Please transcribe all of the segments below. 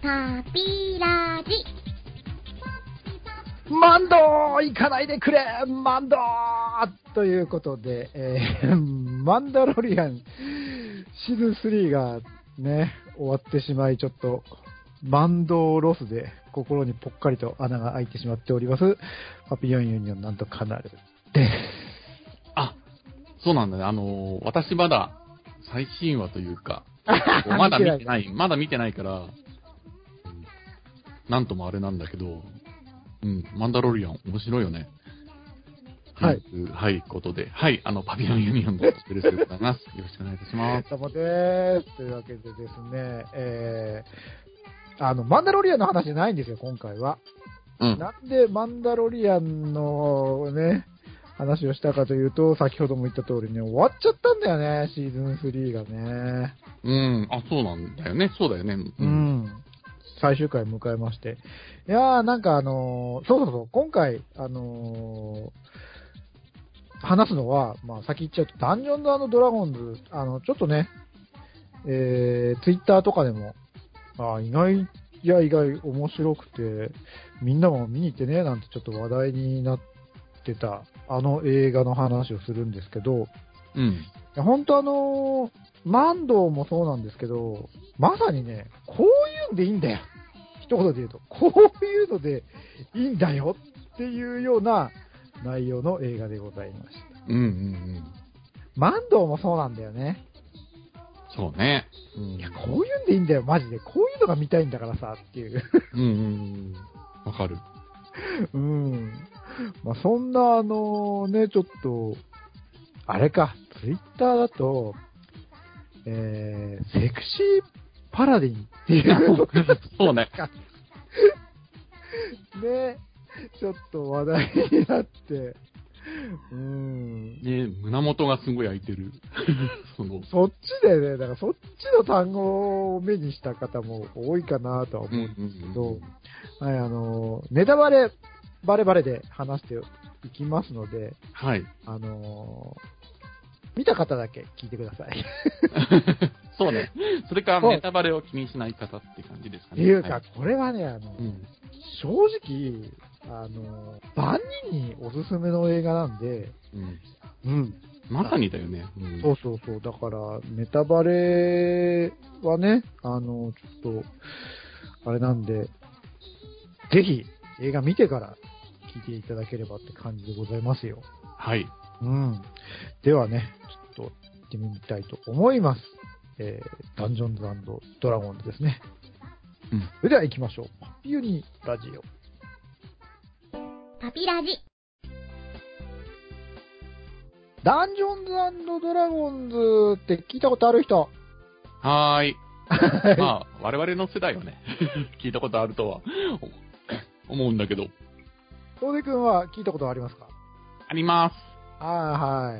パピラジ。 マンドー行かないでくれマンドーということで、マンダロリアンシーズン3がね、終わってしまい、ちょっと、マンドーロスで心にぽっかりと穴が開いてしまっております。パピヨンユニオンなんとかなるです。 あ、そうなんだね。私まだ最新話というか、まだ見てないから、なんともあれなんだけど、マンダロリアン面白いよね。 はい。 はい、ことで。はい、パピヨンユニオンのスペルスでございます。よろしくお願いいたします。 どうもでーす。というわけでですね、マンダロリアンの話じゃないんですよ、今回は。なんでマンダロリアンのね、話をしたかというと、先ほども言った通りね、終わっちゃったんだよね、シーズン3がね。 そうなんだよね。そうだよね。 最終回迎えまして。いやー、なんかそう、今回、話すのは、まあ、先言っちゃうと、ダンジョンズ&ドラゴンズ、ちょっとね、ツイッターとかでも、意外面白くて、みんなも見に行ってね、なんてちょっと話題になってた、映画の話をするんですけど、本当マンドーもそうなんですけど、まさにね、こういうんでいいんだよ。一言で言うと、こういうのでいいんだよっていうような内容の映画でございました。マンドーもそうなんだよね。 そうね。 いや、こういうんでいいんだよ、マジで。こういうのが見たいんだからさ、っていう。 わかる。 まあ、そんな、ね、ちょっと、あれか、ツイッターだと、セクシーパラディンっていうのがそうね。 ね、ちょっと話題になって、 ね、胸元がすごい開いてる。 そっちでね、だからそっちの単語を目にした方も多いかなとは思うんですけど、はい、ネタバレで話していきますので、 はい。 見た方だけ聞いてください。 そうね。それからネタバレを気にしない方って感じですかね。 っていうか、これはね、正直、万人におすすめの映画なんで、 まさにだよね。 そう。だから、ネタバレはね、ちょっと、あれなんで、ぜひ映画見てから聞いていただければって感じでございますよ。 はい。 ではね、ちょっと行ってみたいと思います。ダンジョンズ&ドラゴンズですね。それでは行きましょう。パピユニラジオ。 パピラジ。 ダンジョンズ&ドラゴンズって聞いたことある人？ はーい。まあ、我々の世代はね、聞いたことあるとは思うんだけど。 東出くんは聞いたことありますか？ あります。 はい。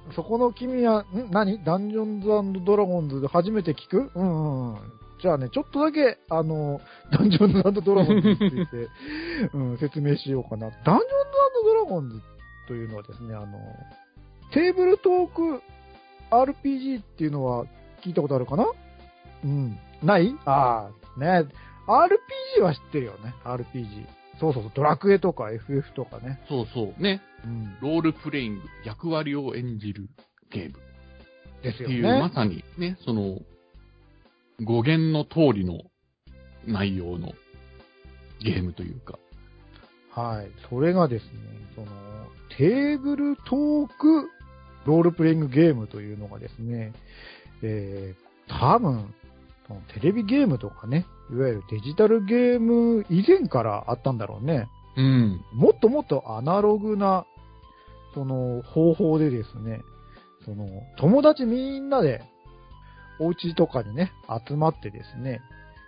そこの君は、何？ダンジョンズ&ドラゴンズで初めて聞く？じゃあね、ちょっとだけ、ダンジョンズ&ドラゴンズについて、説明しようかな。ダンジョンズ&ドラゴンズというのはですね、テーブルトーク RPG っていうのは聞いたことあるかな？ない？ね。RPG は知ってるよね、RPG。そう、ドラクエとか FF とかね。 そうね。ロールプレイング、役割を演じるゲーム。 ですよね。 っていう、まさにね、語源の通りの内容のゲームというか。 はい。それがですね、テーブルトークロールプレイングゲームというのがですね、多分、テレビゲームとかね、いわゆるデジタルゲーム以前からあったんだろうね。もっともっとアナログな、方法でですね、友達みんなで、お家とかにね、集まってですね、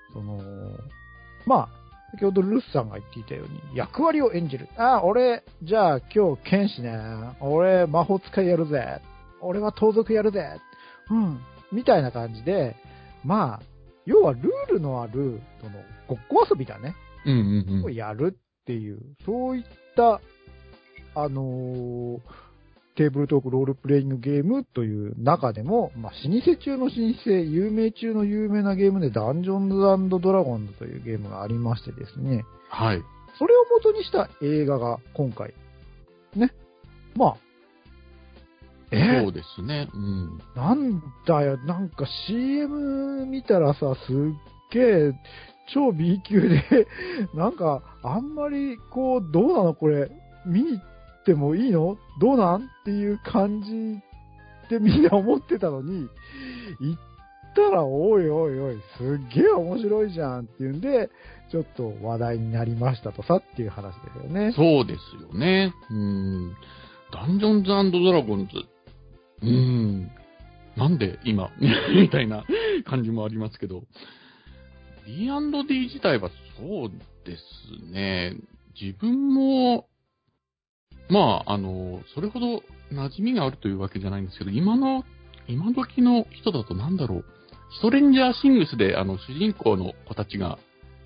まあ、先ほどルスさんが言っていたように、役割を演じる。俺、じゃあ今日剣士ね。俺、魔法使いやるぜ。俺は盗賊やるぜ。みたいな感じで、まあ、要はルールのある、ごっこ遊びだね。をやるっていう、そういった、 テーブルトークロールプレイングゲームという中でも、まあ、老舗中の老舗、有名中の有名なゲームでダンジョンズ&ドラゴンズというゲームがありましてですね。 はい。 それを元にした映画が今回、ね。まあ、 そうですね。うん。 なんだよ、なんか CM 見たらさ、すっげえ、超 B 級で、なんか、あんまり、こう、どうなのこれ、見に行ってもいいのどうなんっていう感じでみんな思ってたのに、行ったら、おいおいおい、すっげえ面白いじゃんっていうんで、ちょっと話題になりましたとさっていう話ですよね。 そうですよね。ダンジョンズ&ドラゴンズ。なんで今みたいな感じもありますけど。D&D 自体はそうですね。自分も、まあ、それほど馴染みがあるというわけじゃないんですけど、今時の人だとなんだろう。ストレンジャーシングスで、主人公の子たちが、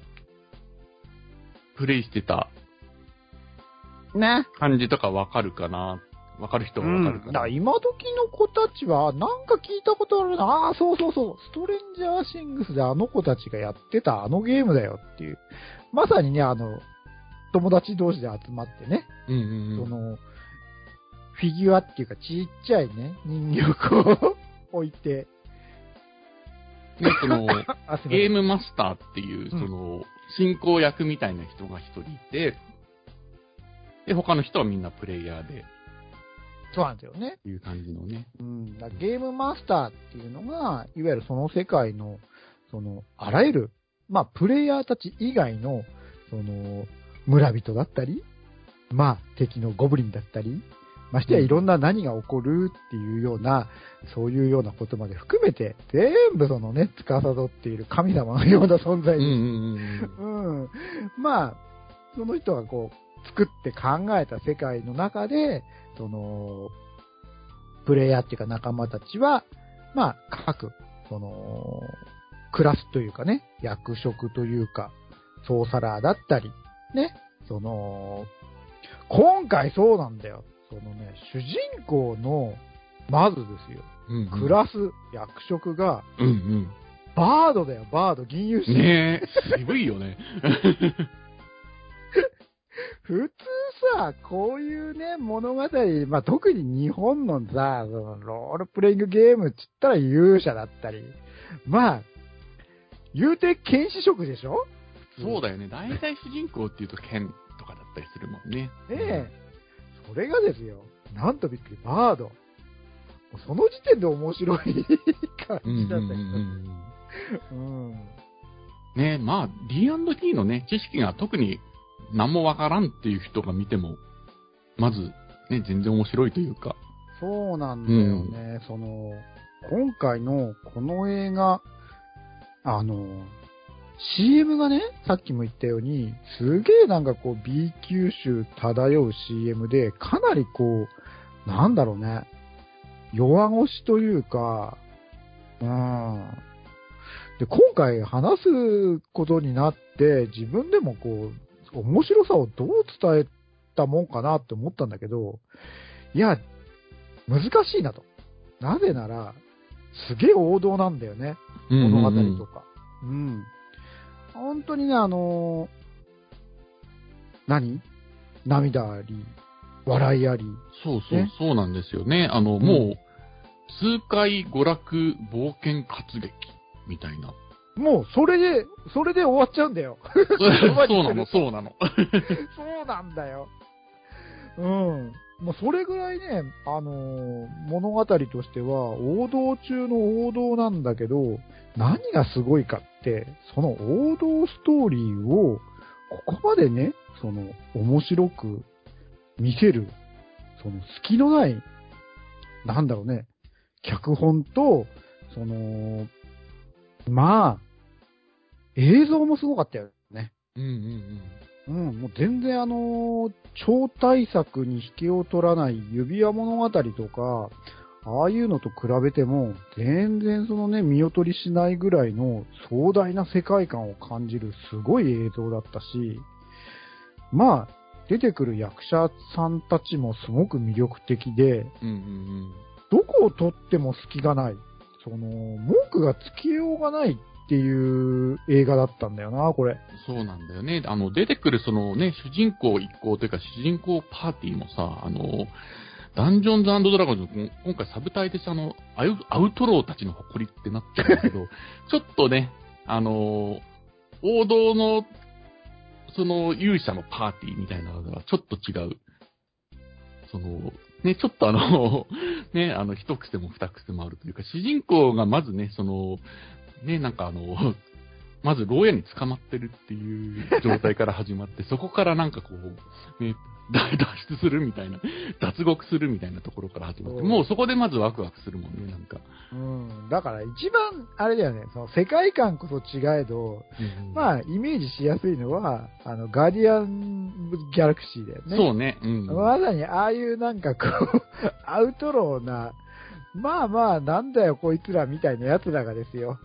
プレイしてた、 ね。 感じとかわかるかな。わかる人はわかるかな。 今時の子たちは、なんか聞いたことあるな。ああ、そうそうそう。ストレンジャーシングスであの子たちがやってたあのゲームだよっていう。まさにね、友達同士で集まってね。その、フィギュアっていうかちっちゃいね、人形を置いて。 ね、その、ゲームマスターっていう、その、進行役みたいな人が一人いて、で、他の人はみんなプレイヤーで。 そうなんですよね。 いう感じのね。 ゲームマスターっていうのが、いわゆるその世界の、あらゆる、まあ、プレイヤーたち以外の、村人だったり、まあ、敵のゴブリンだったり、ましてやいろんな何が起こるっていうような、そういうようなことまで含めて、全部そのね、司っている神様のような存在です。まあ、その人がこう、作って考えた世界の中で、プレイヤーっていうか仲間たちは、まあ、各、クラスというかね、役職というか、ソーサラーだったり、ね、今回そうなんだよ。主人公の、まずですよ、クラス、役職が、バードだよ、バード、銀融士。 ねえ、渋いよね。 普通さ、こういうね、物語、まあ、特に日本のさ、ロールプレイングゲームって言ったら勇者だったり、まあ、言うて剣士職でしょ？ そうだよね。大体主人公って言うと剣とかだったりするもんね。 ねえ。それがですよ、なんとびっくり、バード。その時点で面白い感じだったけど。 ねえ、まあ、D&D のね、知識が特に何もわからんっていう人が見ても、まず、ね、全然面白いというか。 そうなんだよね。今回のこの映画、CM がね、さっきも言ったように、すげえなんかこう B 級臭漂う CM で、かなりこう、なんだろうね、弱腰というか、で、今回話すことになって、自分でもこう、面白さをどう伝えたもんかなって思ったんだけど、いや、難しいなと。なぜなら、すげえ王道なんだよね。物語とか。本当にね、涙あり、笑いあり。 そうそう、ね、そうなんですよね。もう、痛快娯楽冒険活劇みたいな。 もう、それで終わっちゃうんだよ。 そうなの。そうなんだよ。もうそれぐらいね、物語としては王道中の王道なんだけど、何がすごいかって、その王道ストーリーを、ここまでね、面白く見せる、隙のない、なんだろうね、脚本と、まあ、映像もすごかったよね。もう全然超大作に引けを取らない指輪物語とか、ああいうのと比べても、全然見劣りしないぐらいの壮大な世界観を感じるすごい映像だったし、まあ、 出てくる役者さんたちもすごく魅力的で、 うんうんうん。 どこを撮っても隙がない。文句がつけようがないっていう映画だったんだよな、これ。 そうなんだよね。出てくるそのね、主人公一行というか主人公パーティーもさ、ダンジョンズ&ドラゴンズ、今回サブタイでさ、アウトローたちの誇りってなってるんだけど、ちょっとね、王道の、その勇者のパーティーみたいなのがちょっと違う。ね、ちょっとね、一癖も二癖もあるというか、主人公がまずね、ね、なんかまず牢屋に捕まってるっていう状態から始まって、そこからなんかこう、ね、脱出するみたいな、脱獄するみたいなところから始まって、もうそこでまずワクワクするもんね、なんか。 うん。だから一番、あれだよね、その世界観こそ違えど、まあ、イメージしやすいのは、ガーディアン・ギャラクシーだよね。 そうね。うん。 まさに、ああいうなんかこう、アウトローな、まあまあ、なんだよこいつらみたいな奴らがですよ。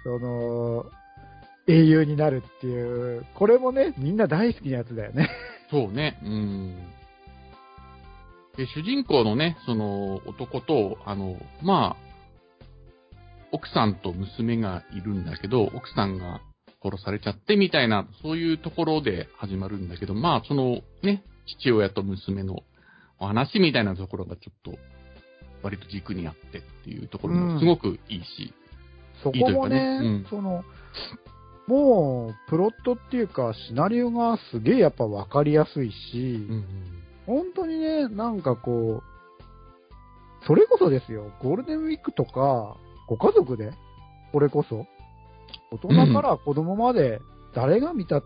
英雄になるっていう、これもね、みんな大好きなやつだよね。 そうね。うん。で、主人公のね、その男と、まあ、奥さんと娘がいるんだけど、奥さんが殺されちゃってみたいな、そういうところで始まるんだけど、まあ、そのね、父親と娘のお話みたいなところがちょっと、割と軸にあってっていうところもすごくいいし。 そこもね、もう、プロットっていうか、シナリオがすげえやっぱ分かりやすいし、本当にね、なんかこう、それこそですよ、ゴールデンウィークとか、ご家族で、これこそ、大人から子供まで、誰が見たって、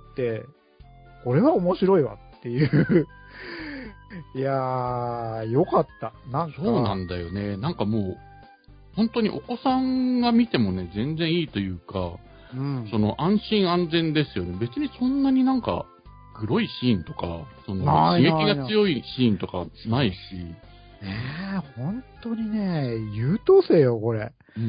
これは面白いわっていう。いやー、よかった。なんか。 そうなんだよね。なんかもう、本当にお子さんが見てもね、全然いいというか、安心安全ですよね。別にそんなになんか、グロいシーンとか、刺激が強いシーンとかないし。 ねえ、本当にね、優等生よ、これ。 うん、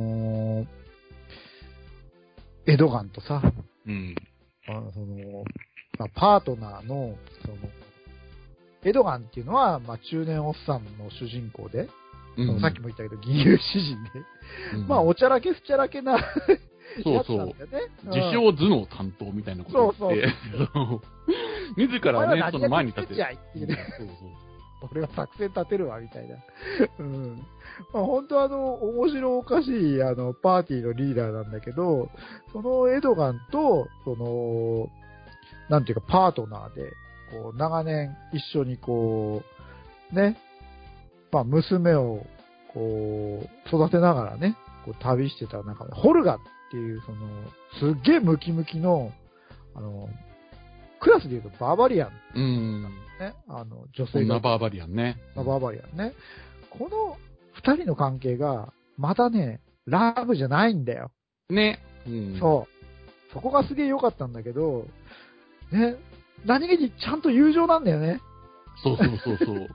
エドガンとさ、 うん、 まあ、パートナーの、エドガンっていうのは、まあ、中年おっさんの主人公で、さっきも言ったけど、義勇詩人で、まあ、おちゃらけすちゃらけなそうそう。自称頭脳担当みたいなこと言って、自らね、その前に立てる。 俺は作戦立てるわ、みたいな。まあ、本当面白おかしい、パーティーのリーダーなんだけど、そのエドガンと、なんていうか、パートナーで、こう、長年一緒にこう、ね、まあ、娘を、こう、育てながらね、こう、旅してた中で、ホルガっていう、すっげえムキムキの、クラスで言うとバーバリアン。ね。女性が。 バーバリアンね。 バーバリアンね。この二人の関係が、またね、ラブじゃないんだよ。 ね。 そう。そこがすげえ良かったんだけど、ね、何気にちゃんと友情なんだよね。 そう。 その辺も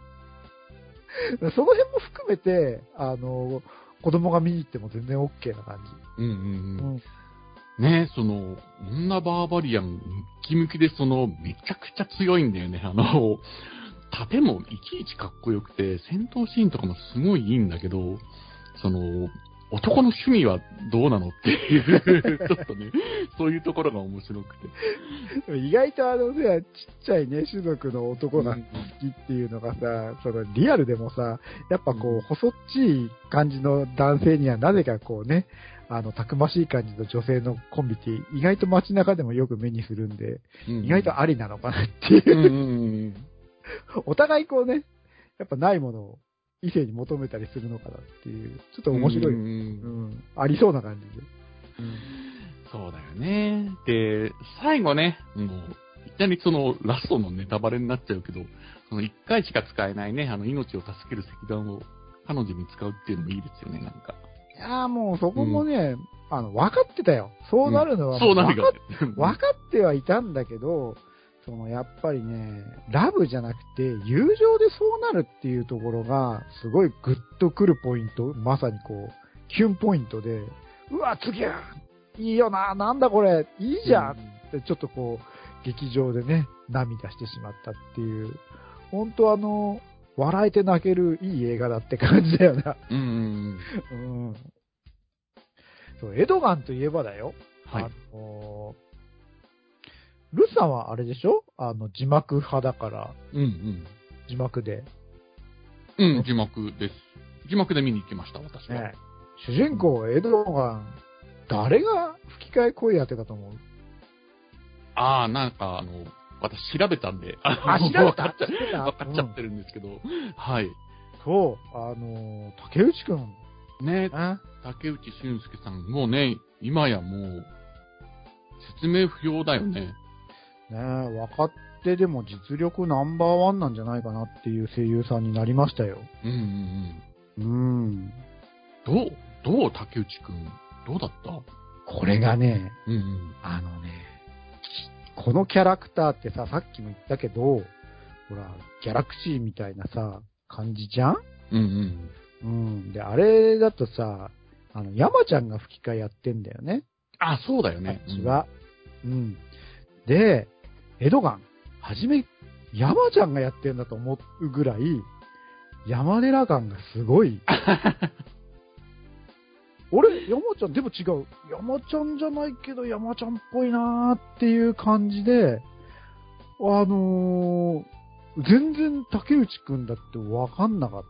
含めて、子供が見に行っても全然 OK な感じ。 ね、女バーバリアン、ムキムキでめちゃくちゃ強いんだよね。盾もいちいちかっこよくて、戦闘シーンとかもすごいいいんだけど、男の趣味はどうなのっていう、ちょっとね、そういうところが面白くて。意外とちっちゃいね、種族の男が好きっていうのがさ、リアルでもさ、やっぱこう、細っちい感じの男性にはなぜかこうね、たくましい感じの女性のコンビって意外と街中でもよく目にするんで、意外とありなのかなっていう。お互いこうね、やっぱないものを異性に求めたりするのかなっていう、ちょっと面白い。ありそうな感じで。 そうだよね。で、最後ね、もう、いきなりラストのネタバレになっちゃうけど、一回しか使えないね、命を助ける石段を彼女に使うっていうのもいいですよね、なんか。 いやーもうそこもね、分かってたよ。そうなるのは、 そうなるよ。 分かってはいたんだけど、やっぱりね、ラブじゃなくて、友情でそうなるっていうところが、すごいグッとくるポイント、まさにこう、キュンポイントで、うわ、次いいよな、なんだこれ、いいじゃんって、ちょっとこう、 劇場でね、涙してしまったっていう、本当笑えて泣けるいい映画だって感じだよな。 うん。 そう、エドガンといえばだよ。 はい。 ルさんはあれでしょ字幕派だから、 うん字幕で。 うん。字幕です。字幕で見に行きました、私は。 ね、主人公、エドガン、誰が吹き替え声当てたと思う？ なんか私調べたんで、 調べたわかっちゃってるんですけど、はい。 そう、竹内くん。 ね、竹内俊介さん、もうね、今やもう、説明不要だよね。 ね、若手でも実力ナンバーワンなんじゃないかなっていう声優さんになりましたよ。どう竹内くん、どうだった？ これがね、このキャラクターってさっきも言ったけど、ほら、ギャラクシーみたいなさ、感じじゃん？で、あれだとさ、山ちゃんが吹き替えやってんだよね。 あ、そうだよね。 あっちは。で、エドガン、はじめ、山ちゃんがやってんだと思うぐらい、山寺感がすごい。山ちゃん、でも違う。山ちゃんじゃないけど、山ちゃんっぽいなーっていう感じで、全然竹内くんだってわかんなかった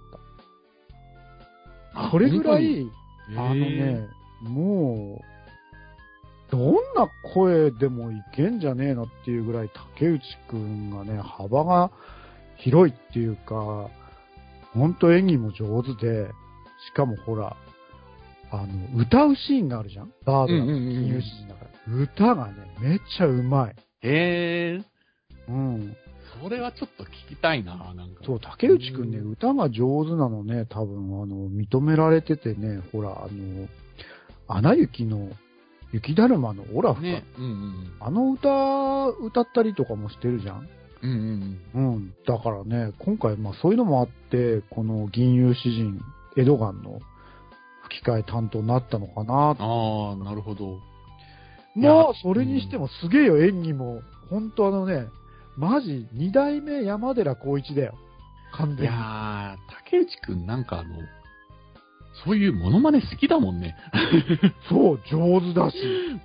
。それぐらい、もう、どんな声でもいけんじゃねえのっていうぐらい竹内くんがね、幅が広いっていうか、ほんと演技も上手で、しかもほら、歌うシーンがあるじゃん？バードの金融詩人だから。歌がね、めっちゃうまい。 へー。それはちょっと聞きたいな、なんか。 そう、竹内くんね、歌が上手なのね、多分、認められててね、ほら、アナ雪の、雪だるまのオラフか。 ね、 歌ったりとかもしてるじゃん？だからね、今回、そういうのもあって、この銀融詩人、エドガンの吹き替え担当になったのかな。 なるほど。 それにしてもすげえよ、演技も。ほんとマジ、二代目山寺宏一だよ。完全に。 竹内くんなんかそういうモノマネ好きだもんね。 そう、上手だし。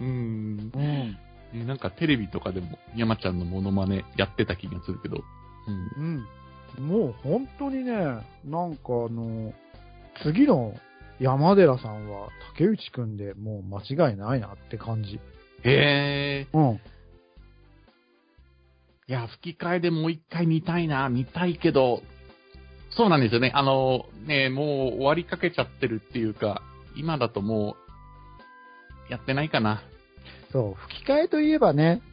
なんかテレビとかでも山ちゃんのモノマネやってた気がするけど。 もう本当にね、なんか次の山寺さんは竹内くんでもう間違いないなって感じ。 へー。いや、吹き替えでもう一回見たいけど、そうなんですよね。もう終わりかけちゃってるっていうか、今だともう、やってないかな。 そう、吹き替えといえばね、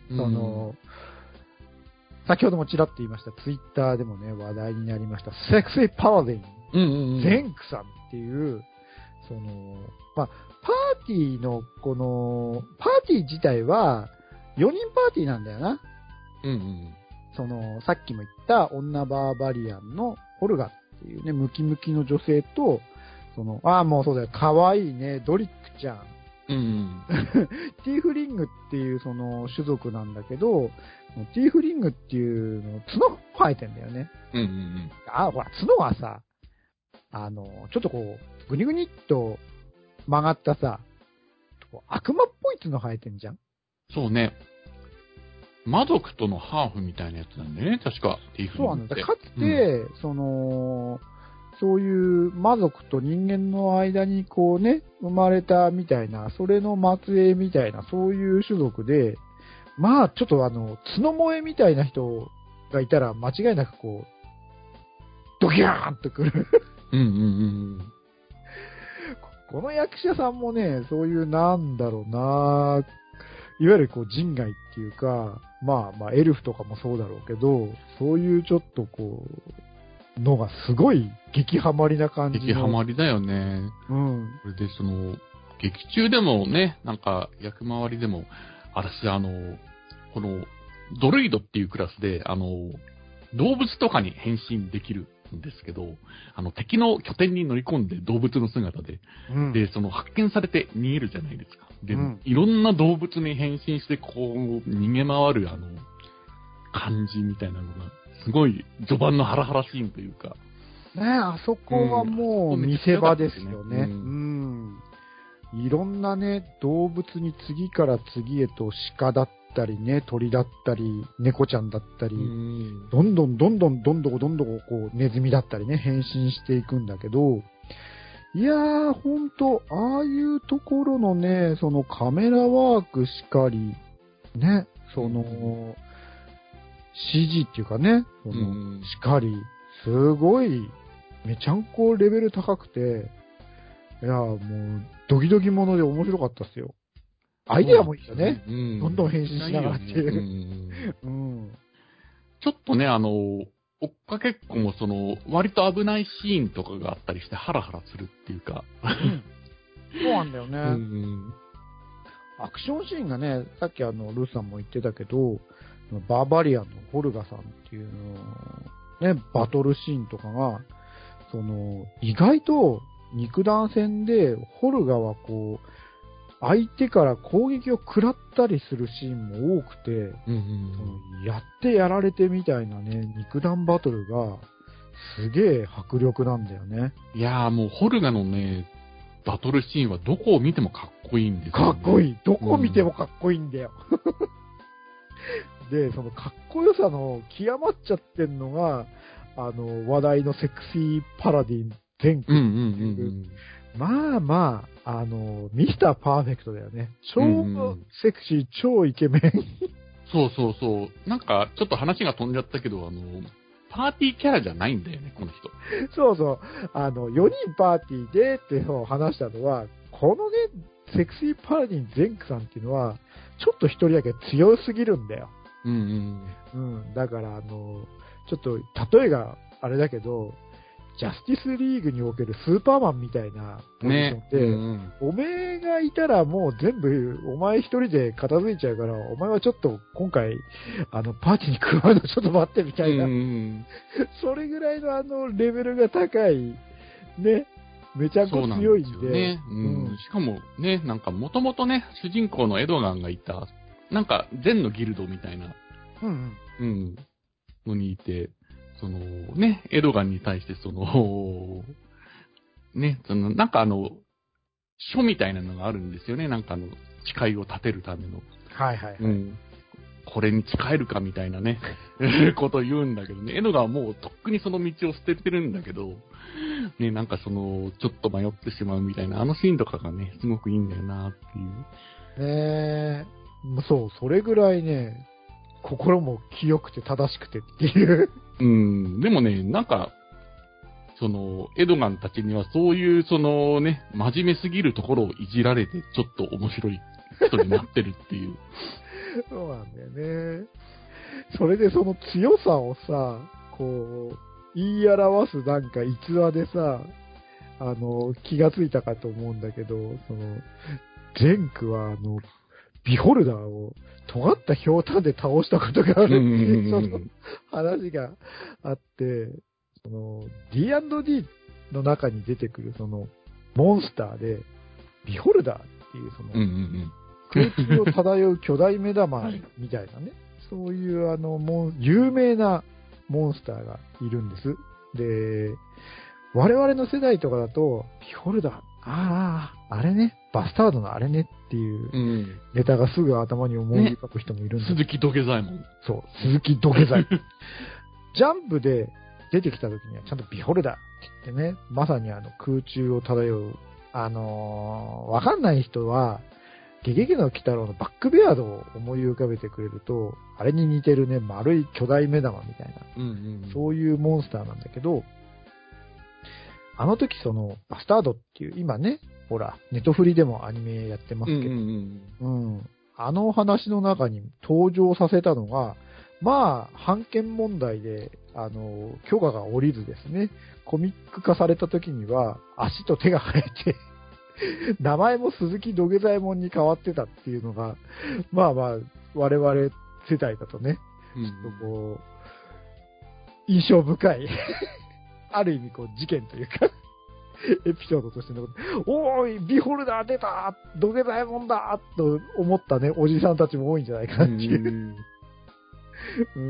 先ほどもちらっと言いました、ツイッターでもね、話題になりました、セクシーパラディン、ゼンクさんっていう、パーティーの、パーティー自体は、4人パーティーなんだよな。さっきも言った女バーバリアンのホルガっていうね、ムキムキの女性と、もうそうだよ、可愛いね、ドリックちゃん。ティーフリングっていう種族なんだけど、ティーフリングっていうの、角生えてんだよね。ほら、角がさ、ちょっとぐにぐにっと曲がったさ、悪魔っぽい角生えてんじゃん？ そうね。魔族とのハーフみたいなやつなんだよね、確か。 そうなんだ。かつて、そういう魔族と人間の間に生まれたみたいな、それの末裔みたいな、そういう種族で、ちょっと角萌えみたいな人がいたら間違いなくドキャーンとくる。この役者さんもね、そういうなんだろうな、いわゆる人外っていうか、エルフとかもそうだろうけど、そういうちょっとのがすごい激ハマりな感じの。 激ハマりだよね。それで劇中でもね、なんか役回りでも、私このドルイドっていうクラスで、動物とかに変身できるんですけど、敵の拠点に乗り込んで動物の姿で、で、発見されて逃げるじゃないですか。で、いろんな動物に変身して逃げ回る感じみたいなのが、すごい序盤のハラハラシーンというか。 ね、あそこはもう見せ場ですよね。いろんなね、動物に次から次へと鹿だったりね、鳥だったり、猫ちゃんだったり、どんどんこう、ネズミだったりね、変身していくんだけど、いやー、ほんと、ああいうところのね、そのカメラワークしかり、ね、その、指示っていうかね、その、しかり、すごい、めちゃんこレベル高くて、いや、もう、ドキドキもので面白かったっすよ。アイデアもいいよね。どんどん変身しながらっていう。 ちょっとね、追っかけっこも割と危ないシーンとかがあったりしてハラハラするっていうか。 そうなんだよね。アクションシーンがね、さっきルーさんも言ってたけど、バーバリアンのホルガさんっていうの、ね、バトルシーンとかが、意外と肉弾戦でホルガはこう、相手から攻撃を食らったりするシーンも多くて、やってやられてみたいなね、肉弾バトルが、すげえ迫力なんだよね。 いやーもうホルガのね、バトルシーンはどこを見てもかっこいいんですよ、ね。 かっこいい。どこを見てもかっこいいんだよ。で、そのかっこよさの極まっちゃってんのが、話題のセクシーパラディン全国。まあまあ、ミスターパーフェクトだよね。超セクシー、超イケメン。 そうそうそう。なんか、ちょっと話が飛んじゃったけど、パーティーキャラじゃないんだよね、この人。 そうそう。4人パーティーでっていうのを話したのは、このね、セクシーパラディンゼンクさんっていうのは、ちょっと一人だけ強すぎるんだよ。だから、ちょっと、例えがあれだけど、ジャスティスリーグにおけるスーパーマンみたいなポジションで、おめえがいたらもう全部お前一人で片付いちゃうから、お前はちょっと今回、パーティーに加わるのちょっと待ってみたいな。それぐらいのレベルが高い、ね、めちゃくちゃ強いんで。 しかもね、なんかもともとね、主人公のエドガンがいた、なんか禅のギルドみたいな、のにいて、ね、エドガンに対してね、なんか書みたいなのがあるんですよね。なんか誓いを立てるための。これに誓えるかみたいなね、ことを言うんだけどね。エドガンはもうとっくにその道を捨ててるんだけど、ね、なんかちょっと迷ってしまうみたいな、シーンとかがね、すごくいいんだよなっていう。 そう、それぐらいね、心も清くて正しくてっていう。 でもね、なんか、エドガンたちにはそういう、ね、真面目すぎるところをいじられて、ちょっと面白い人になってるっていう。 そうなんだよね。それでその強さをさ、こう、言い表すなんか逸話でさ、気がついたかと思うんだけど、ゼンクはビホルダーを尖ったひょうたんで倒したことがあるっていう、その話があって、D&D の中に出てくるモンスターで、ビホルダーっていう空気を漂う巨大目玉みたいなね、そういう有名なモンスターがいるんです。で、我々の世代とかだと、ビホルダー、あれね、バスタードのあれねっていうネタがすぐ頭に思い浮かぶ人もいるんです。 鈴木土下座もん。 そう、鈴木土下座。ジャンプで出てきた時にはちゃんとビホルダーって言ってね、まさに空中を漂う、わかんない人は、ゲゲゲの鬼太郎のバックベアードを思い浮かべてくれると、あれに似てるね、丸い巨大目玉みたいな、そういうモンスターなんだけど、あの時バスタードっていう、今ね、ほら、ネトフリでもアニメやってますけど、あの話の中に登場させたのが、まあ、判権問題で、許可が下りずですね、コミック化された時には、足と手が生えて、名前も鈴木土下座右衛門に変わってたっていうのが、まあまあ、我々世代だとね、ちょっとこう、印象深い、ある意味こう事件というか、エピソードとしての、おーい、ビホルダー出た土下座右衛門だと思ったね、おじさんたちも多いんじゃないかなっていう。 うん。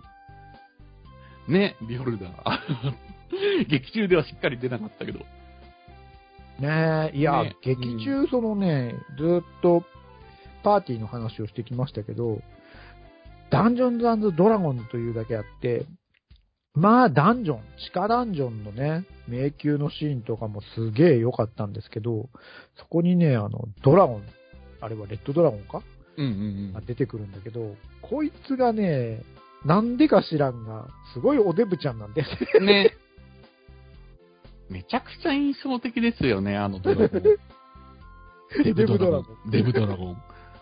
ね、ビオルダー。劇中ではしっかり出なかったけど。 ねえ、いや、 ね劇中そのね、ずっとパーティーの話をしてきましたけど、ダンジョンズ&ドラゴンズというだけあって、まあダンジョン、地下ダンジョンのね、迷宮のシーンとかもすげえ良かったんですけど、そこにね、ドラゴン、あれはレッドドラゴンか、 うんうん出てくるんだけど、こいつがね、なんでか知らんが、すごいおデブちゃんなんです。 うん。ね。めちゃくちゃ印象的ですよね、あのドラゴン。デブドラゴン。デブドラゴン。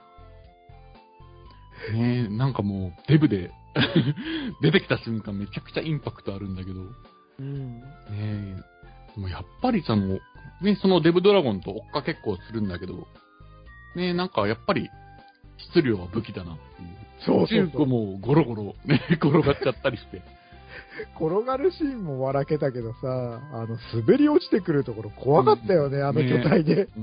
ねえ、なんかもう、デブで、出てきた瞬間めちゃくちゃインパクトあるんだけど。 うん。 ねえ、でもやっぱりそのデブドラゴンと追っかけっこをするんだけど、ねえ、なんかやっぱり、質量は武器だなっていう。 そうそうそう。 中古もゴロゴロ、ね、転がっちゃったりして。 転がるシーンも笑けたけどさ、滑り落ちてくるところ怖かったよね、あの巨体で。 うん。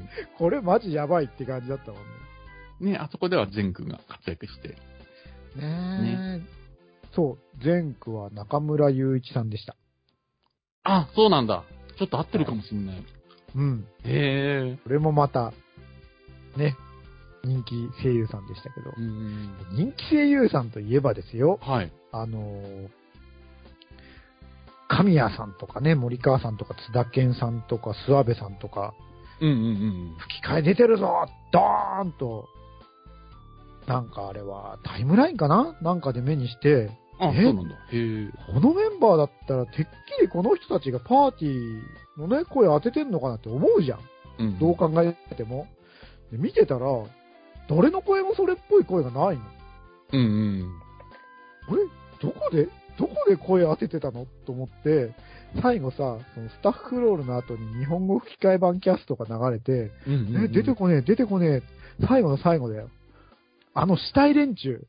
これマジやばいって感じだったもんね。 ね、あそこではゼン君が活躍して。 ねえ。そう、前区は中村雄一さんでした。 あ、そうなんだ。ちょっと合ってるかもしんない。 うん。 へえ。 これもまた、ね、人気声優さんでしたけど。人気声優さんといえばですよ。 はい。 神谷さんとかね、森川さんとか津田健さんとか諏訪部さんとか、吹き替え出てるぞドーンと、なんかあれはタイムラインかななんかで目にして、 あ、そうなんだ。へえ。 このメンバーだったらてっきりこの人たちがパーティーのね、声当ててんのかなって思うじゃん。 うん、 どう考えても。で見てたら、誰の声もそれっぽい声がないの。 うんうん。 あれどこで声当ててたのと思って、最後さ、そのスタッフロールの後に日本語吹き替え版キャストが流れて、出てこねえ、最後の最後だよ。死体連中。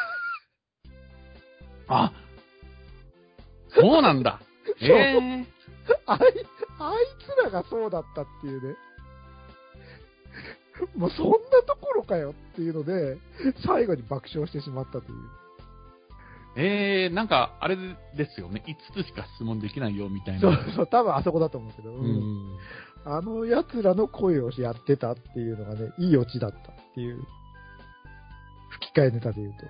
あ、そうなんだ。 そうあいつらがそうだったっていうね。もうそんなところかよっていうので、最後に爆笑してしまったという。 なんか、あれですよね。5つしか質問できないよ、みたいな。 そう、多分あそこだと思うけど。あの奴らの声をやってたっていうのがね、いいオチだったっていう。吹き替えネタで言うと。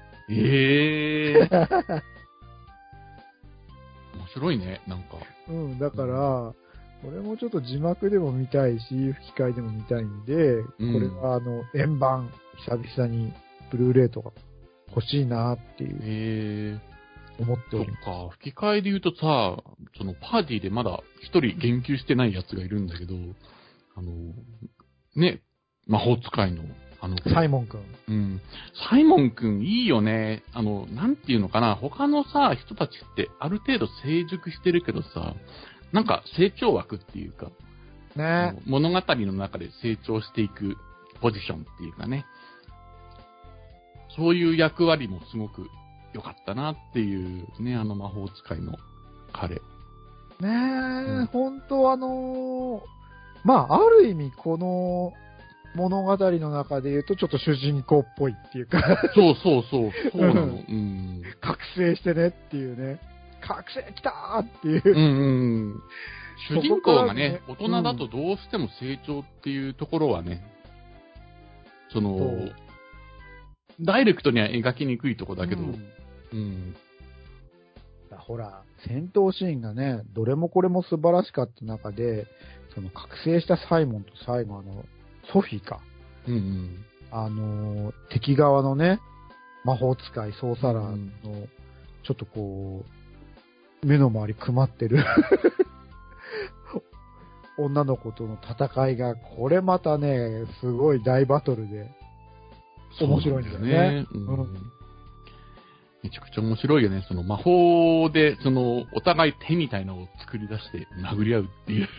面白いね、なんか。 だから、俺もちょっと字幕でも見たいし、吹き替えでも見たいんで、これは円盤、久々にブルーレイとか欲しいなっていう。思っております。 そっか、吹き替えで言うとさ、そのパーティーでまだ一人言及してないやつがいるんだけど、ね、魔法使いの、 サイモンくん。 うん。サイモンくんいいよね。なんていうのかな、他のさ、人たちってある程度成熟してるけどさ、なんか成長枠っていうか、 ね、 物語の中で成長していくポジションっていうかね、そういう役割もすごく良かったなっていうね、魔法使いの彼。 ねえ、本当まあ、ある意味この物語の中で言うとちょっと主人公っぽいっていうかそうなの。 覚醒してねっていうね。覚醒きたーっていう。 主人公がね、大人だとどうしても成長っていうところはね、ダイレクトには描きにくいとこだけど、 ほら、戦闘シーンがね、どれもこれも素晴らしかった中で、その覚醒したサイモンと最後ソフィーか。敵側のね、魔法使い、ソーサラーの、ちょっとこう、目の周りくまってる女の子との戦いが、これまたね、すごい大バトルで、面白いんだよね。 めちゃくちゃ面白いよね。その魔法で、お互い手みたいなのを作り出して殴り合うっていう。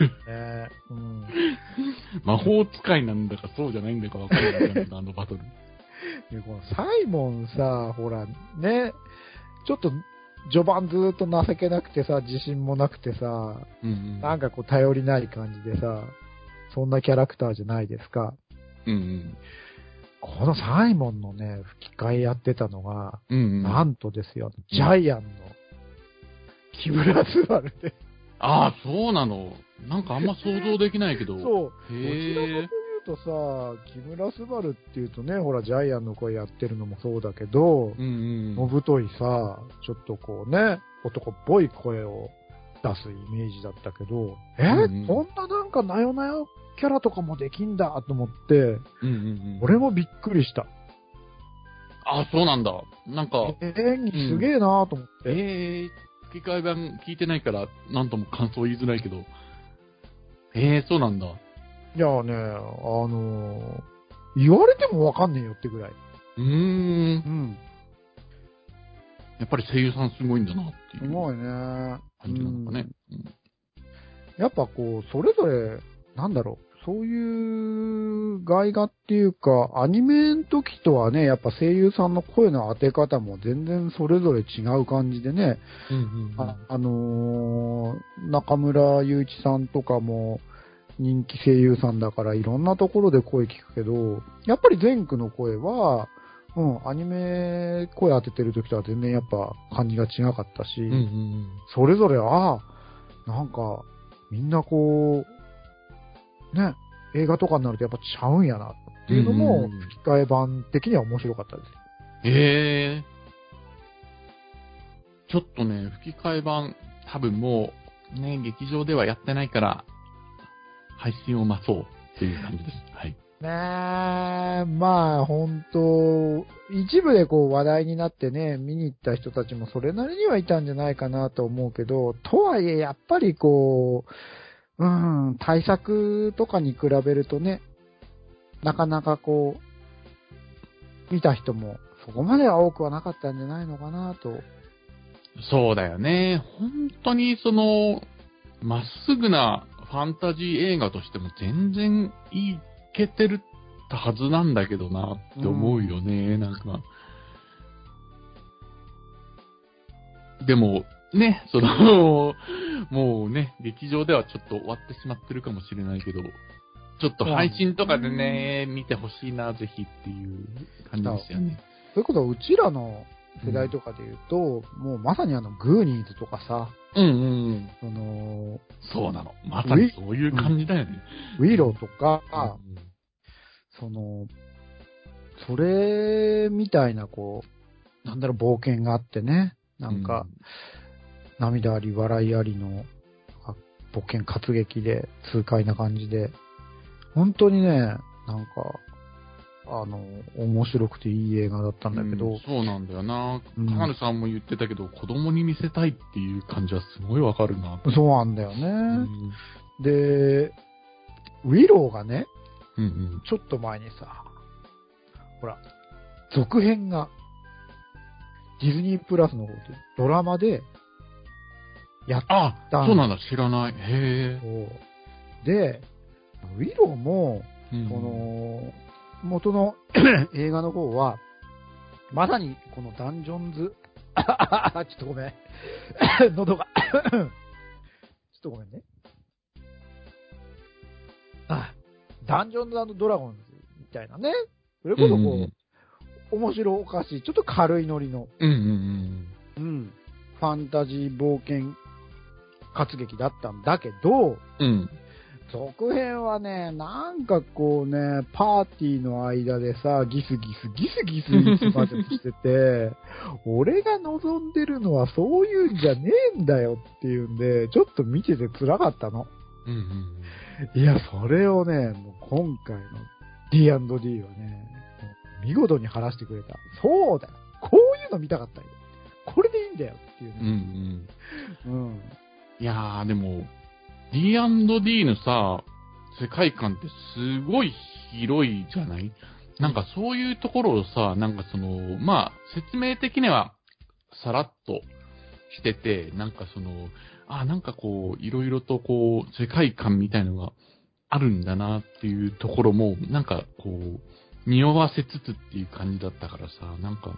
魔法使いなんだかそうじゃないんだか分かんないけど、あのバトル。 でこのサイモンさ、ほら、ね、ちょっと序盤ずーっと情けなくてさ、自信もなくてさ、なんかこう頼りない感じでさ、そんなキャラクターじゃないですか。 このサイモンのね、吹き替えやってたのが、 うんうん。 なんとですよ、ジャイアンの木村昴で。 ああ、そうなの。なんかあんま想像できないけど。 そう。どちらかとへいうえ。 とさ、木村昴っていうとね、ほら、ジャイアンの声やってるのもそうだけど、 うんうん。 のぶといさ、ちょっとこうね、男っぽい声を出すイメージだったけど、 うんうんこんななんかなよなよキャラとかもできんだと思って、 うんうんうん。 俺もびっくりした。 ああ、そうなんだ。なんか、 演技すげえなと思って。 吹き替え版聞いてないから、なんとも感想言いづらいけど。そうなんだ。 いやね、言われてもわかんねえよってぐらい。 うーん。 うん。 やっぱり声優さんすごいんだなっていうすごいね。 感じなのかね。 やっぱこう、それぞれ、なんだろう、そういう外画っていうか、アニメの時とはね、やっぱ声優さんの声の当て方も全然それぞれ違う感じでね、 うんうんうん。 中村雄一さんとかも人気声優さんだからいろんなところで声聞くけど、やっぱり前区の声は、アニメ声当ててる時とは全然やっぱ感じが違かったし、 うんうんうん。 それぞれ、なんか、みんなこう、ね、映画とかになるとやっぱちゃうんやなっていうのも、 うんうん吹き替え版的には面白かったです。 ちょっとね、吹き替え版、多分もう、ね、劇場ではやってないから、配信を待そうっていう感じです。はい。 ねえ、まあ、本当一部でこう話題になってね、見に行った人たちもそれなりにはいたんじゃないかなと思うけど、とはいえ、やっぱりこう、対策とかに比べるとね、なかなかこう、見た人もそこまでは多くはなかったんじゃないのかなと。 そうだよね。本当にその、まっすぐなファンタジー映画としても全然いけてるはずなんだけどなって思うよね、なんか。でも、ね、その、もうね、劇場ではちょっと終わってしまってるかもしれないけど、ちょっと配信とかでね、見てほしいな、ぜひっていう感じですよね。 そういうことはうちらの世代とかで言うと、もうまさにグーニーズとかさ、 うんうんうん。そうなの。まさにそういう感じだよね。 ウィローとか、 うんそれみたいなこう、なんだろう、冒険があってね、なんか、涙あり笑いありの冒険活劇で痛快な感じで、本当にね、なんか、面白くていい映画だったんだけど、 そうなんだよな。 うんカナルさんも言ってたけど、子供に見せたいっていう感じはすごいわかるな。 そうなんだよね。 うんで、ウィローがね、 うんうん。 ちょっと前にさ、ほら、続編が、ディズニープラスの方で、ドラマで、やったあ、そうなんだ、知らない。へそうで、ウィローも、 え。 その、元の映画の方は、まさにこのダンジョンズ、ちょっとごめん。喉がちょっとごめんね。ダンジョンズ&ドラゴンズみたいなね。それこそこう、面白おかしい、ちょっと軽いノリの、ファンタジー冒険活劇だったんだけど、続編はね、なんかこうね、パーティーの間でさ、ギスギスいつまでもしてて、俺が望んでるのはそういうんじゃねえんだよっていうんで、ちょっと見てて辛かったの。いや、それをね、もう今回の D&D はね、見事に晴らしてくれた。そうだよ。こういうの見たかったよ。これでいいんだよっていうね。 いやー、でも、D&D のさ、世界観ってすごい広いじゃない？なんかそういうところをさ、なんかその、まあ、説明的にはさらっとしてて、なんかその、なんかこう、いろいろとこう、世界観みたいのがあるんだなっていうところも、なんかこう、匂わせつつっていう感じだったからさ、なんか、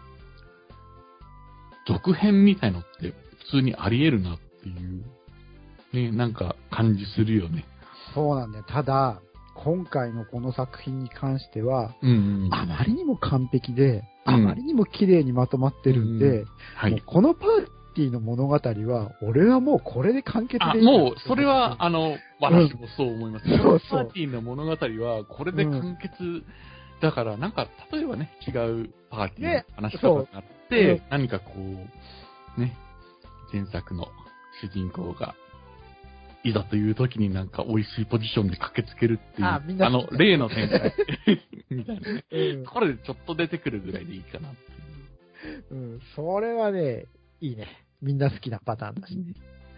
続編みたいのって普通にあり得るなっていう、ね、なんか感じするよね。 そうなんだよ。ただ、 今回のこの作品に関しては、 うんうん。 あまりにも完璧で、 うんあまりにも綺麗にまとまってるんで、もうはい。 このパーティーの物語は、俺はもうこれで完結あ、 でいいんだ。 もう、それは、私もそう思います。 そうそうパーティーの物語は、これで完結、だから、なんか、例えばね、違うパーティーの話とかがあっねて、 そう何かこう、ね、前作の主人公が、いざという時になんか美味しいポジションで駆けつけるっていう、 あみんな好きだ例の展開みたいなね。 うんこれでちょっと出てくるぐらいでいいかなっていう。 うん、それはね、いいね。みんな好きなパターンだしね。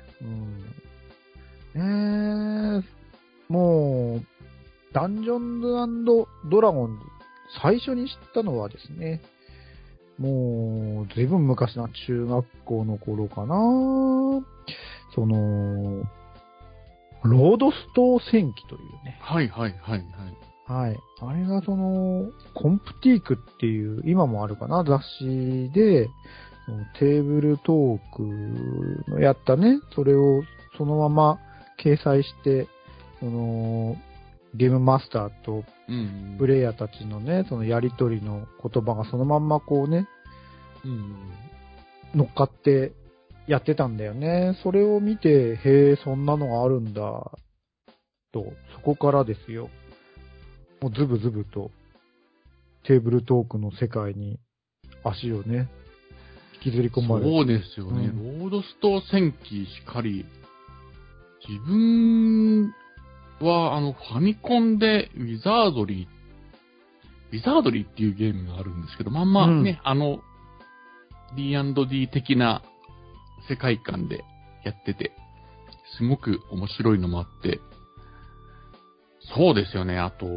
もう、ダンジョンズ&ドラゴンズ、最初に知ったのはですね、もう、ずいぶん昔な、中学校の頃かな。その、ロードストー戦記というね。 はいはいはいはい。 はい。あれがその、コンプティークっていう、今もあるかな、雑誌で、そのテーブルトークのやったね、それをそのまま掲載して、その、ゲームマスターとうん。 プレイヤーたちのね、そのやりとりの言葉がそのまんまこうね、 うん。 乗っかってやってたんだよね。それを見て、へえ、そんなのがあるんだ、と、そこからですよ。もうズブズブとテーブルトークの世界に足をね、引きずり込まれる。 そうですよね。 うんロードスト戦記しかり、自分はファミコンでウィザードリーっていうゲームがあるんですけど、まんまね、D&D 的な世界観でやってて、すごく面白いのもあって、そうですよね。あと、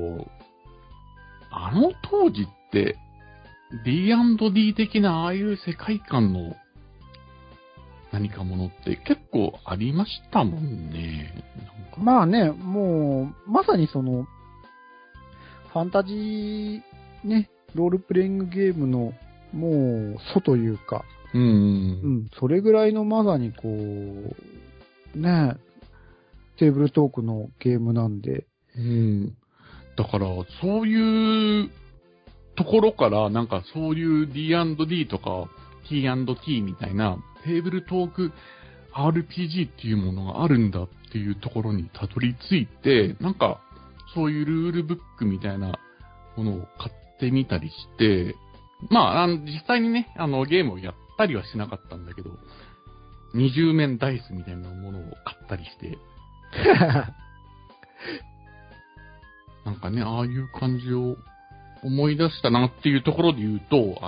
当時って、D&D 的なああいう世界観の何かものって結構ありましたもんね。なんかまあね、もう、まさにその、ファンタジー、ね、ロールプレイングゲームの、もう、祖というか、それぐらいのまさにこう、ね、テーブルトークのゲームなんで。 だから、そういうところから、なんかそういう D&D とか T&T みたいなテーブルトーク RPG っていうものがあるんだっていうところにたどり着いて、なんかそういうルールブックみたいなものを買ってみたりして、まあ、実際にね、ゲームをやったりはしなかったんだけど、20面ダイスみたいなものを買ったりして、なんかね、ああいう感じを思い出したなっていうところで言うと、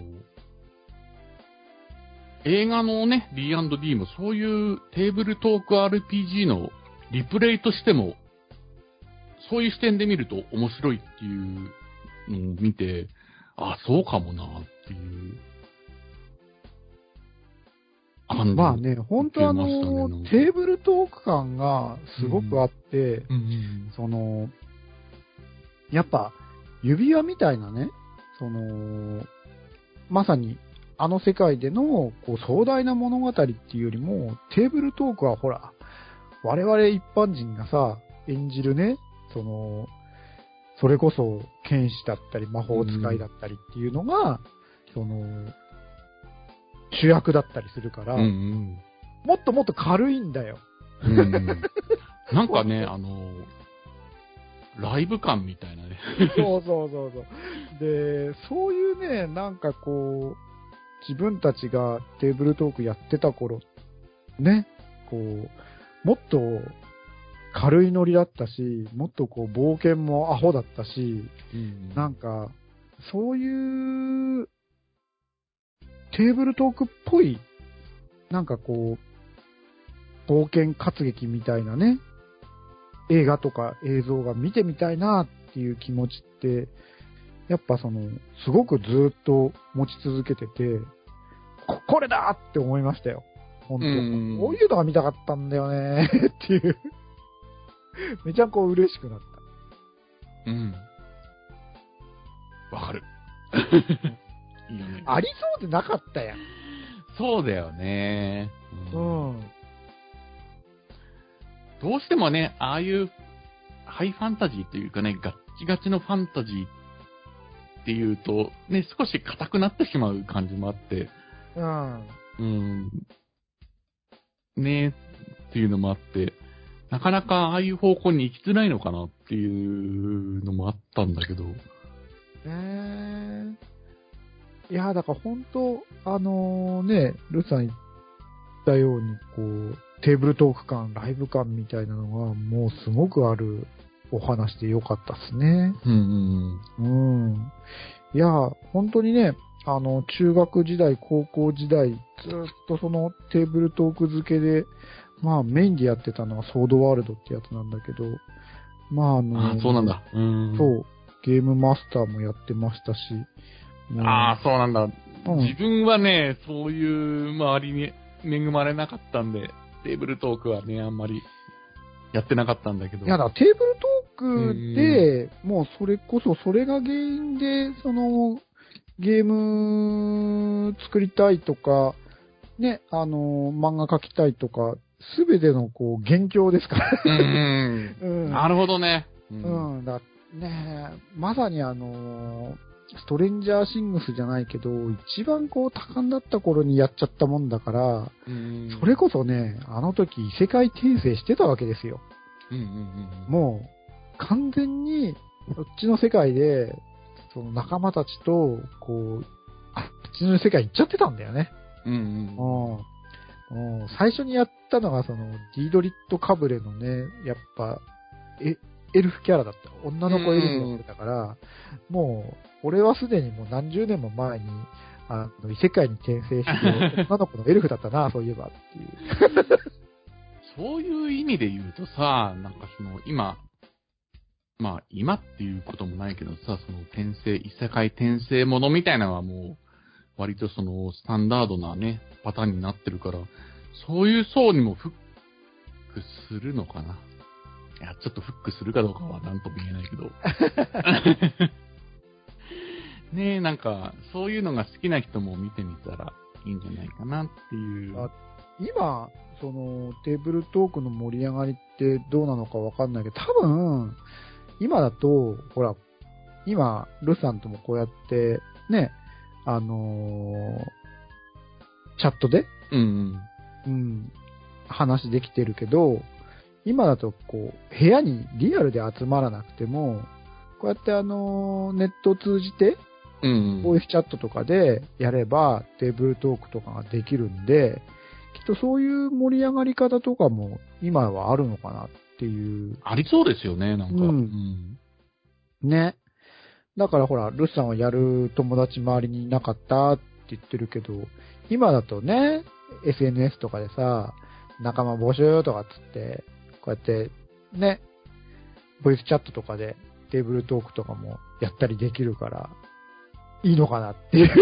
映画のね、D&D もそういうテーブルトーク RPG のリプレイとしても、そういう視点で見ると面白いっていうのを見て、あ、そうかもなっていう感じ。 まあね、本当テーブルトーク感がすごくあって、その、やっぱ、指輪みたいなね、その、まさに、あの世界でのこう壮大な物語っていうよりも、テーブルトークはほら、我々一般人がさ、演じるね、その、それこそ剣士だったり魔法使いだったりっていうのが、その、主役だったりするから、もっともっと軽いんだよ。 なんかね、ライブ感みたいなね。 そうそうそうそう。で、そういうね、なんかこう、自分たちがテーブルトークやってた頃、ね、こう、もっと軽いノリだったし、もっとこう冒険もアホだったし、なんか、そういうテーブルトークっぽい、なんかこう、冒険活劇みたいなね、映画とか映像が見てみたいなっていう気持ちって、やっぱその、すごくずっと持ち続けてて、これだって思いましたよ。本当。こういうのが見たかったんだよねっていう。めちゃこう嬉しくなった。 わかる。いいよね。 ありそうでなかったやん。 そうだよね。どうしてもね、ああいうハイファンタジーというかね、ガッチガチのファンタジーっていうと、ね、少し硬くなってしまう感じもあって、 うん。 ねっていうのもあって、なかなかああいう方向に行きづらいのかなっていうのもあったんだけど。 いや、だから本当、ルさん言ったように、こう、テーブルトーク感、ライブ感みたいなのが、もうすごくあるお話でよかったっすね。いや、本当にね、中学時代、高校時代、ずっとそのテーブルトーク付けで、まあメインでやってたのはソードワールドってやつなんだけど、まあそうなんだ。 そう、ゲームマスターもやってましたし、 そうなんだ。 うん自分はね、そういう周りに恵まれなかったんで、テーブルトークはね、あんまりやってなかったんだけど。 いやだ、テーブルトークで、もうそれこそ、それが原因で、その、ゲーム作りたいとか、ね、漫画描きたいとか、すべてのこう、元凶ですから。 なるほどね。 だね、まさにストレンジャーシングスじゃないけど、一番こう多感だった頃にやっちゃったもんだから、それこそね、あの時異世界転生してたわけですよ。もう、完全に、そっちの世界で、その仲間たちと、こう、あっちの世界行っちゃってたんだよね。最初にやったのが、その、ディードリット・カブレのね、やっぱ、エルフキャラだった。女の子エルフやってたから、もう、俺はすでにもう何十年も前に、異世界に転生して、女の子のエルフだったな、そういえばっていう。 そういう意味で言うとさ、なんかその、今っていうこともないけどさ、その異世界転生ものみたいなのはもう、割とその、スタンダードなね、パターンになってるから、そういう層にもフックするのかな。いや、ちょっとフックするかどうかはなんとも言えないけど。ねえ、なんか、そういうのが好きな人も見てみたらいいんじゃないかなっていう。 今、その、テーブルトークの盛り上がりってどうなのかわかんないけど、多分、今だと、ほら、今、ルさんともこうやって、ね、チャットで、話できてるけど、今だと、こう、部屋にリアルで集まらなくても、こうやってネットを通じて、ボイスチャットとかでやれば、テーブルトークとかができるんで、きっとそういう盛り上がり方とかも今はあるのかなっていう。 ありそうですよね、なんか。 ね。だからほら、ルスさんはやる友達周りにいなかったって言ってるけど、今だとね、SNS とかでさ、仲間募集とかっつって、こうやって、ね、ボイスチャットとかでテーブルトークとかもやったりできるから、いいのかなっていう。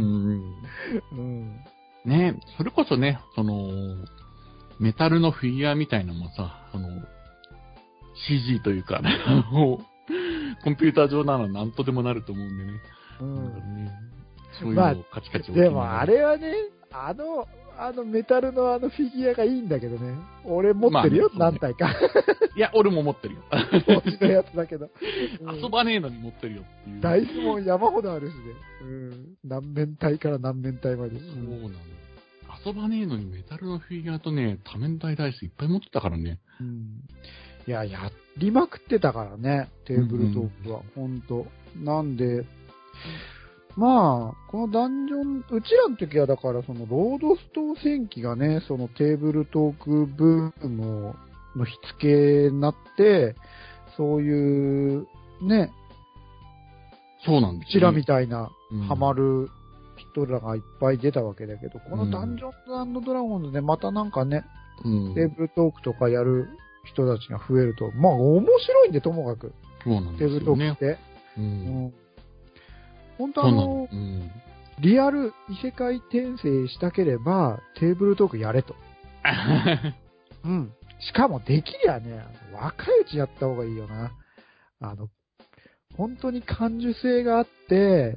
ね、それこそね、その、メタルのフィギュアみたいなのもさ、その、CG というか、ね、コンピューター上なら何とでもなると思うんでね。そういうのをカチカチでもあれはね、メタルのフィギュアがいいんだけどね。俺持ってるよ、何体か。 いや、俺も持ってるよ。 当時のやつだけど。 遊ばねえのに持ってるよっていう。 ダイスも山ほどあるしね。何面体から何面体まで。 そうなの。遊ばねえのにメタルのフィギュアとね、多面体ダイスいっぱい持ってたからね。 いや、やりまくってたからね、テーブルトークは。ほんと。なんで、まあ、このダンジョン、うちらの時はだからそのロードストー戦記がね、そのテーブルトークブームの火付けになって、そういう、ね、 そうなんですよ、 うちらみたいな、ハマる人らがいっぱい出たわけだけど、このダンジョンズ&ドラゴンズでまたなんかね、テーブルトークとかやる人たちが増えると、まあ面白いんで、ともかく。 そうなんですよね。 テーブルトークって。本当リアル異世界転生したければ、テーブルトークやれと。しかもできりゃね、若いうちやった方がいいよな。本当に感受性があって、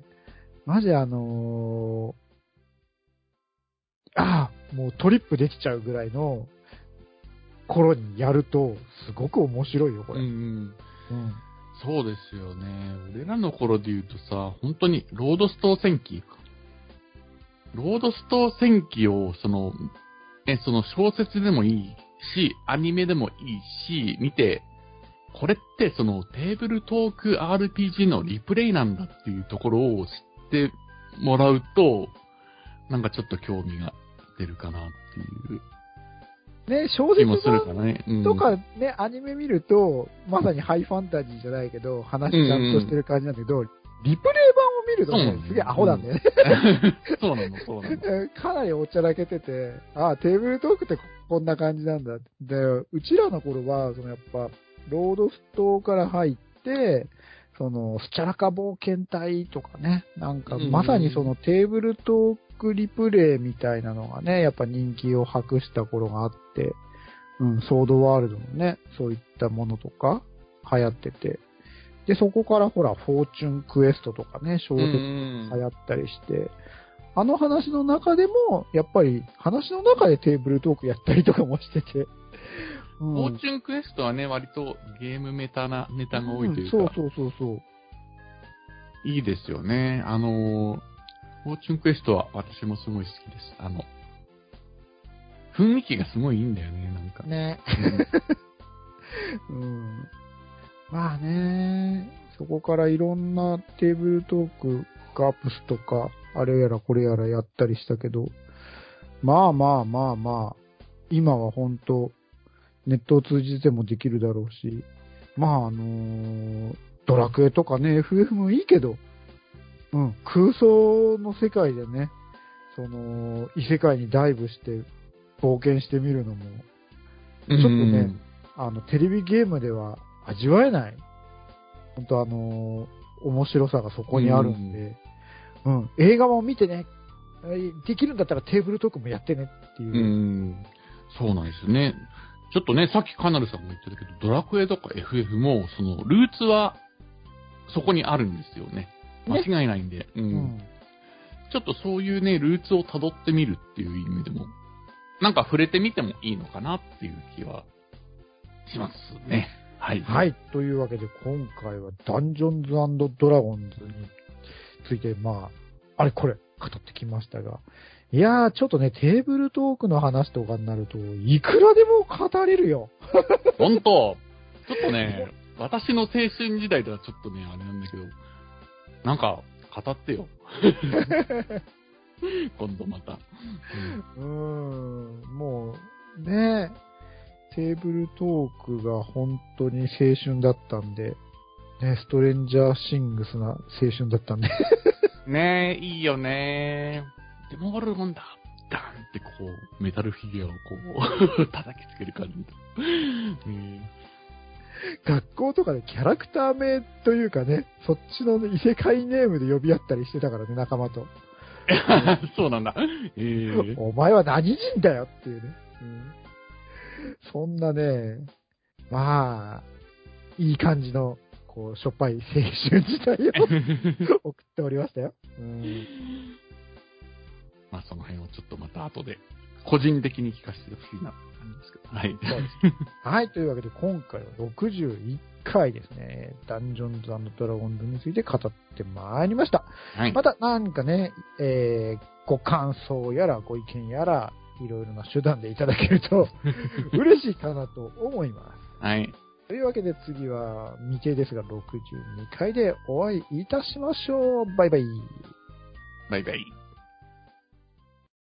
マジもうトリップできちゃうぐらいの、 頃にやると、すごく面白いよ、これ。 うん。 うんそうですよね。俺らの頃で言うとさ、本当にロードスト戦記を、その小説でもいいし、アニメでもいいし、見て、これってそのテーブルトーク RPG のリプレイなんだっていうところを知ってもらうと、なんかちょっと興味が出るかなっていうね、小説気もするか版ね。うん、 とかね、アニメ見ると、まさにハイファンタジーじゃないけど、話ちゃんとしてる感じなんだけど、リプレイ版を見るとね、すげえアホなんだよね。 そうなの。 かなりおちゃらけてて、ああ、テーブルトークってこんな感じなんだ。で、うちらの頃は、やっぱ、ロードストから入って、スチャラカ冒険隊とかね、なんか、まさにテーブルトークリプレイみたいなのがね、やっぱ人気を博した頃があって、ソードワールドのね、そういったものとか流行ってて、で、そこからほら、フォーチュンクエストとかね、小説流行ったりして、あの話の中でも、やっぱり話の中でテーブルトークやったりとかもしてて、 フォーチュンクエストはね、割とゲームネタが多いというか、 そう。 いいですよね。フォーチュンクエストは私もすごい好きです。雰囲気がすごいいいんだよね、なんか。 ね。まあね、そこからいろんなテーブルトーク、ガープスとか、あれやらこれやらやったりしたけど、まあ、今は本当ネットを通じてもできるだろうし、まあドラクエとかね、FF もいいけど、空想の世界でね、異世界にダイブして冒険してみるのも、ちょっとね、テレビゲームでは味わえない、本当面白さがそこにあるんで、映画も見てね、できるんだったらテーブルトークもやってねっていう。 そうなんですよね。ちょっとね、さっきカナルさんも言ってたけど、ドラクエとか FF も、ルーツはそこにあるんですよね。間違いないんで。ちょっとそういうね、ルーツを辿ってみるっていう意味でも、なんか触れてみてもいいのかなっていう気はしますね。はい。 はい。というわけで、今回はダンジョンズ&ドラゴンズについて、あれこれ語ってきましたが、いやー、ちょっとね、テーブルトークの話とかになると、いくらでも語れるよ。 本当ちょっとね、私の青春時代ではちょっとね、あれなんだけど、なんか、語ってよ。今度また。 もう、ね、テーブルトークが本当に青春だったんで、ね、ストレンジャーシングスな青春だったんで。 ねえ、いいよね。でも終わるもんだ。ダンってこう、メタルフィギュアをこう、叩きつける感じ。 学校とかでキャラクター名というかね、そっちの異世界ネームで呼び合ったりしてたからね、仲間と。 そうなんだ。 お前は何人だよっていうね。そんなね、まあ、いい感じの、しょっぱい青春時代を送っておりましたよ。 まあ、その辺をちょっとまた後で、個人的に聞かせてほしいなって感じですけど。はい。 そうです。はい。というわけで、今回は61回ですね、ダンジョンズ&ドラゴンズについて語ってまいりました。はい。また、なんかね、ご感想やらご意見やら、いろいろな手段でいただけると嬉しいかなと思います。 はい。 というわけで次は未定ですが62回でお会いいたしましょう。バイバイ。 バイバイ。